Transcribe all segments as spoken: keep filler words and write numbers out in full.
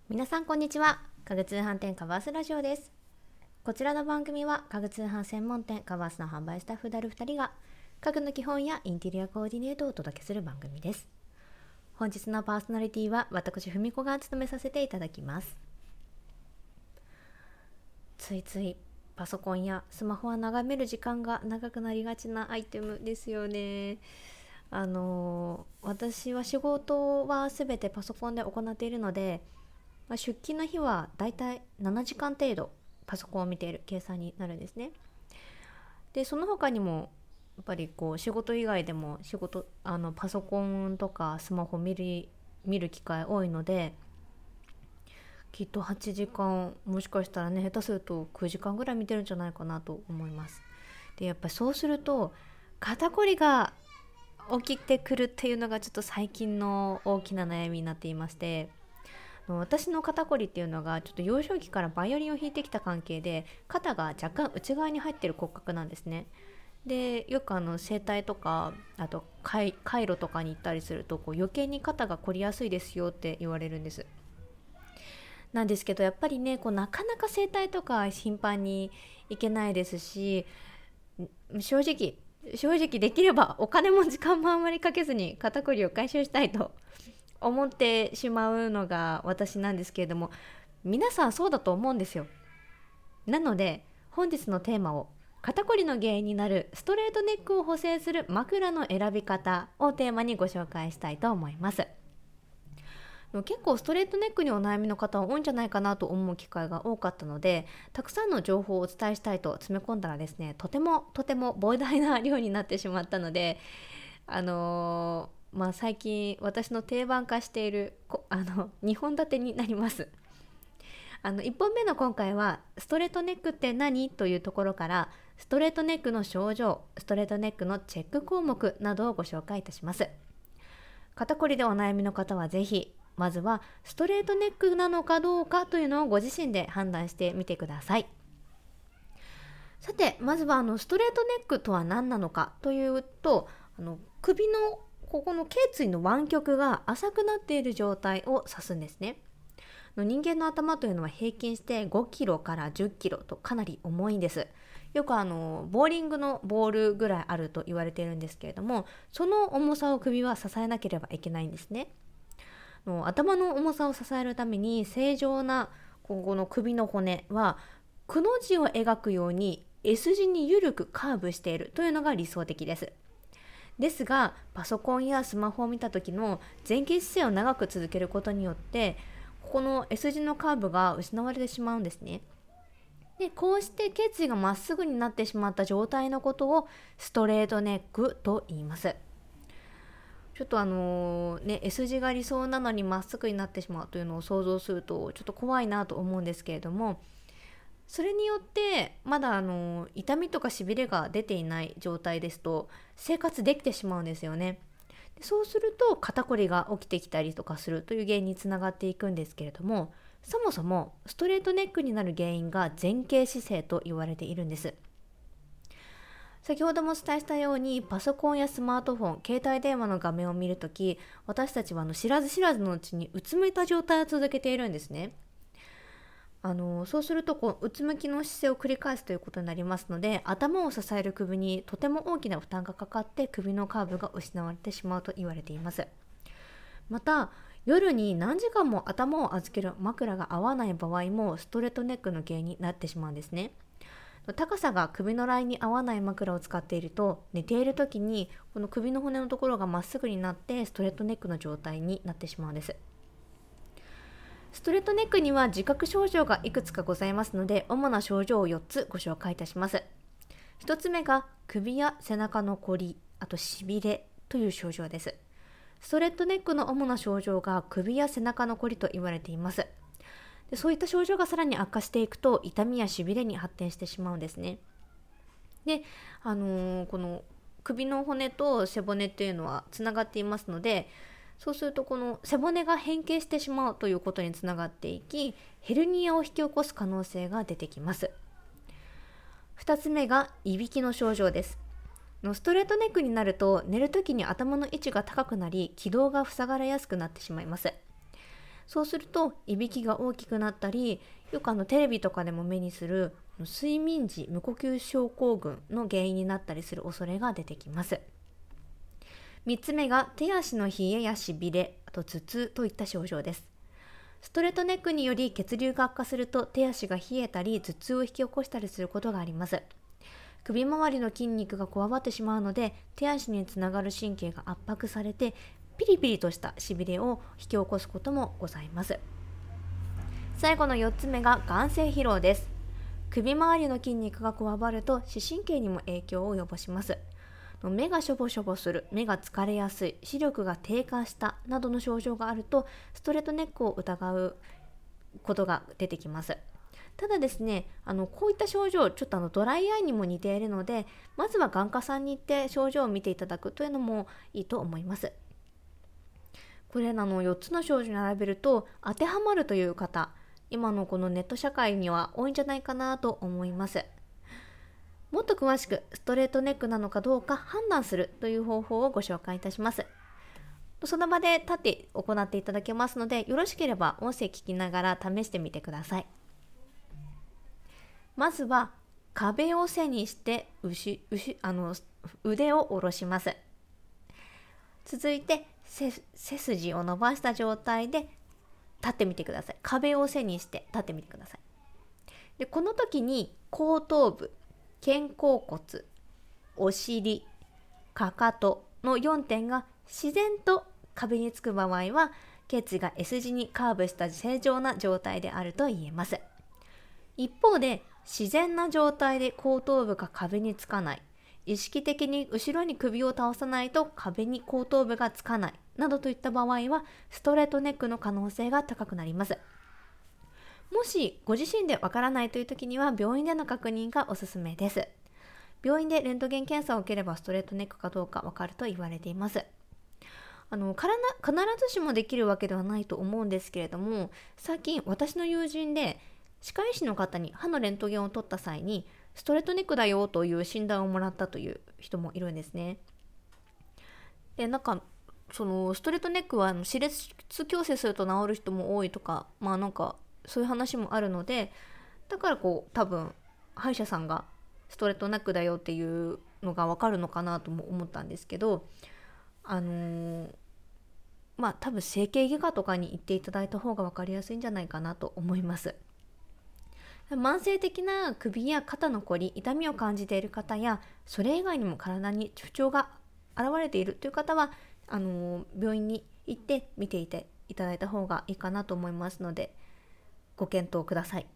皆さんこんにちは。家具通販店カバースラジオです。こちらの番組は家具通販専門店カバースの販売スタッフであるふたりが家具の基本やインテリアコーディネートをお届けする番組です。本日のパーソナリティは私ふみこが務めさせていただきます。ついついパソコンやスマホは眺める時間が長くなりがちなアイテムですよね。あの私は仕事はすべてパソコンで行っているので、まあ、出勤の日はだいたいななじかん程度パソコンを見ている計算になるんですね。でその他にもやっぱりこう仕事以外でも仕事あのパソコンとかスマホ見る見る機会多いので、きっとはちじかん、もしかしたらね下手するとくじかんぐらい見てるんじゃないかなと思います。でやっぱりそうすると肩こりが起きてくるっていうのがちょっと最近の大きな悩みになっていまして、私の肩こりっていうのがちょっと幼少期からバイオリンを弾いてきた関係で肩が若干内側に入っている骨格なんですね。でよくあの整体とかあと回回路とかに行ったりするとこう余計に肩が凝りやすいですよって言われるんです。なんですけどやっぱりねこうなかなか整体とか頻繁に行けないですし、正直正直できればお金も時間もあんまりかけずに肩こりを解消したいと思ってしまうのが私なんですけれども、皆さんそうだと思うんですよ。なので本日のテーマを肩こりの原因になるストレートネックを補正する枕の選び方をテーマにご紹介したいと思います。結構ストレートネックにお悩みの方は多いんじゃないかなと思う機会が多かったので、たくさんの情報をお伝えしたいと詰め込んだらですね、とてもとても膨大な量になってしまったので、あのーまあ、最近私の定番化しているあのにほん立てになります。あのいっぽんめの今回はストレートネックって何というところからストレートネックの症状、ストレートネックのチェック項目などをご紹介いたします。肩こりでお悩みの方はぜひまずはストレートネックなのかどうかというのをご自身で判断してみてください。さてまずはあのストレートネックとは何なのかというと、あの首のここの頸椎の湾曲が浅くなっている状態を指すんですね。人間の頭というのは平均してごキロからじゅっキロとかなり重いんです。よくあのボーリングのボールぐらいあると言われているんですけれども、その重さを首は支えなければいけないんですね。の頭の重さを支えるために正常なここの首の骨はくの字を描くように S 字に緩くカーブしているというのが理想的です。ですがパソコンやスマホを見た時の前傾姿勢を長く続けることによってここの S 字のカーブが失われてしまうんですね。でこうして頸椎がまっすぐになってしまった状態のことをストレートネックと言います。ちょっとあのね S 字が理想なのにまっすぐになってしまうというのを想像するとちょっと怖いなと思うんですけれども、それによってまだあの痛みとかしびれが出ていない状態ですと生活できてしまうんですよね。でそうすると肩こりが起きてきたりとかするという原因につながっていくんですけれども、そもそもストレートネックになる原因が前傾姿勢と言われているんです。先ほどもお伝えしたようにパソコンやスマートフォン、携帯電話の画面を見るとき、私たちはあの知らず知らずのうちにうつむいた状態を続けているんですね。あのそうするとこううつむきの姿勢を繰り返すということになりますので、頭を支える首にとても大きな負担がかかって首のカーブが失われてしまうと言われています。また夜に何時間も頭を預ける枕が合わない場合もストレートネックの原因になってしまうんですね。高さが首のラインに合わない枕を使っていると寝ている時にこの首の骨のところがまっすぐになってストレートネックの状態になってしまうんです。ストレートネックには自覚症状がいくつかございますので、主な症状をよっつご紹介いたします。ひとつめが首や背中のこり、あとしびれという症状です。ストレートネックの主な症状が首や背中のこりと言われています。でそういった症状がさらに悪化していくと痛みやしびれに発展してしまうんですね。で、あのー、この首の骨と背骨っていうのはつながっていますので、そうするとこの背骨が変形してしまうということにつながっていき、ヘルニアを引き起こす可能性が出てきます。ふたつめがいびきの症状です。ストレートネックになると寝るときに頭の位置が高くなり気道が塞がれやすくなってしまいます。 そうするといびきが大きくなったり、よくあのテレビとかでも目にする睡眠時無呼吸症候群の原因になったりする恐れが出てきます。みっつめが手足の冷えやしびれ、あと頭痛といった症状です。ストレートネックにより血流が悪化すると手足が冷えたり頭痛を引き起こしたりすることがあります。首周りの筋肉がこわばってしまうので、手足につながる神経が圧迫されてピリピリとしたしびれを引き起こすこともございます。最後のよっつめが眼性疲労です。首周りの筋肉がこわばると視神経にも影響を及ぼします。目がしょぼしょぼする、目が疲れやすい、視力が低下したなどの症状があるとストレートネックを疑うことが出てきます。ただですね、あのこういった症状ちょっとあのドライアイにも似ているので、まずは眼科さんに行って症状を見ていただくというのもいいと思います。これらのよっつの症状に並べると当てはまるという方、今のこのネット社会には多いんじゃないかなと思います。もっと詳しくストレートネックなのかどうか判断するという方法をご紹介いたします。その場で立って行っていただけますので、よろしければ音声聞きながら試してみてください。まずは壁を背にして牛牛あの腕を下ろします。続いて背、背筋を伸ばした状態で立ってみてください。壁を背にして立ってみてください。で、この時に後頭部、肩甲骨、お尻、かかとのよんてんが自然と壁につく場合は、血が S 字にカーブした正常な状態であると言えます。一方で、自然な状態で後頭部が壁につかない、意識的に後ろに首を倒さないと壁に後頭部がつかないなどといった場合は、ストレートネックの可能性が高くなります。もしご自身でわからないという時には病院での確認がおすすめです。病院でレントゲン検査を受ければストレートネックかどうかわかると言われています。あの必ずしもできるわけではないと思うんですけれども、最近私の友人で歯科医師の方に歯のレントゲンを取った際にストレートネックだよという診断をもらったという人もいるんですね。で、なんかそのストレートネックは歯列矯正すると治る人も多いとか、まあなんかそういう話もあるので、だからこう多分歯医者さんがストレートネックだよっていうのが分かるのかなとも思ったんですけど、あのー、まあ多分整形外科とかに行っていただいた方が分かりやすいんじゃないかなと思います。慢性的な首や肩のこり、痛みを感じている方や、それ以外にも体に不調が現れているという方は、あのー、病院に行って見ていていただいた方がいいかなと思いますので、ご検討ください。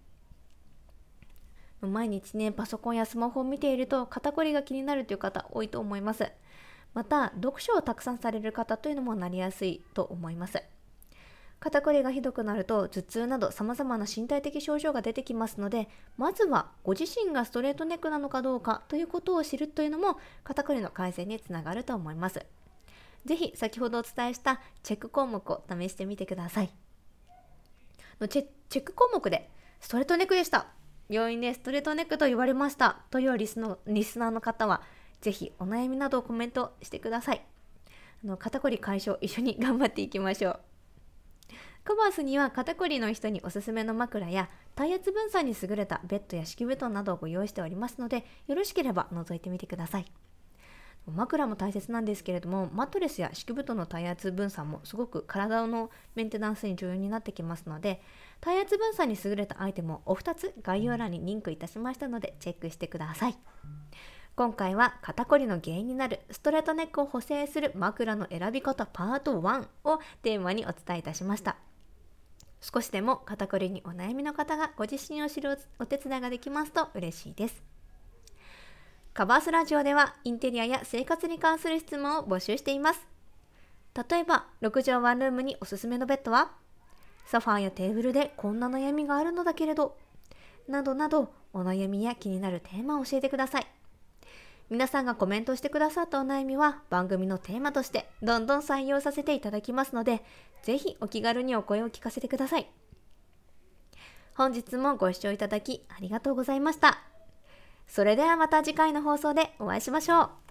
毎日ね、パソコンやスマホを見ていると肩こりが気になるという方多いと思います。また、読書をたくさんされる方というのもなりやすいと思います。肩こりがひどくなると頭痛など様々な身体的症状が出てきますので、まずはご自身がストレートネックなのかどうかということを知るというのも肩こりの改善につながると思います。ぜひ先ほどお伝えしたチェック項目を試してみてください。チェ、チェック項目でストレートネックでした、病院でストレートネックと言われましたというリスのリスナーの方は、ぜひお悩みなどをコメントしてください。あの肩こり解消、一緒に頑張っていきましょう。カバースには肩こりの人におすすめの枕や体圧分散に優れたベッドや敷布団などをご用意しておりますので、よろしければ覗いてみてください。枕も大切なんですけれども、マットレスや敷布団の体圧分散もすごく体のメンテナンスに重要になってきますので、体圧分散に優れたアイテムをお二つ概要欄にリンクいたしましたのでチェックしてください。今回は肩こりの原因になるストレートネックを補正する枕の選び方パートワンをテーマにお伝えいたしました。少しでも肩こりにお悩みの方がご自身を知るお手伝いができますと嬉しいです。カバースラジオではインテリアや生活に関する質問を募集しています。例えばろくじょうワンルームにおすすめのベッドは、ソファーやテーブルでこんな悩みがあるのだけれど、などなどお悩みや気になるテーマを教えてください。皆さんがコメントしてくださったお悩みは番組のテーマとしてどんどん採用させていただきますので、ぜひお気軽にお声を聞かせてください。本日もご視聴いただきありがとうございました。それではまた次回の放送でお会いしましょう。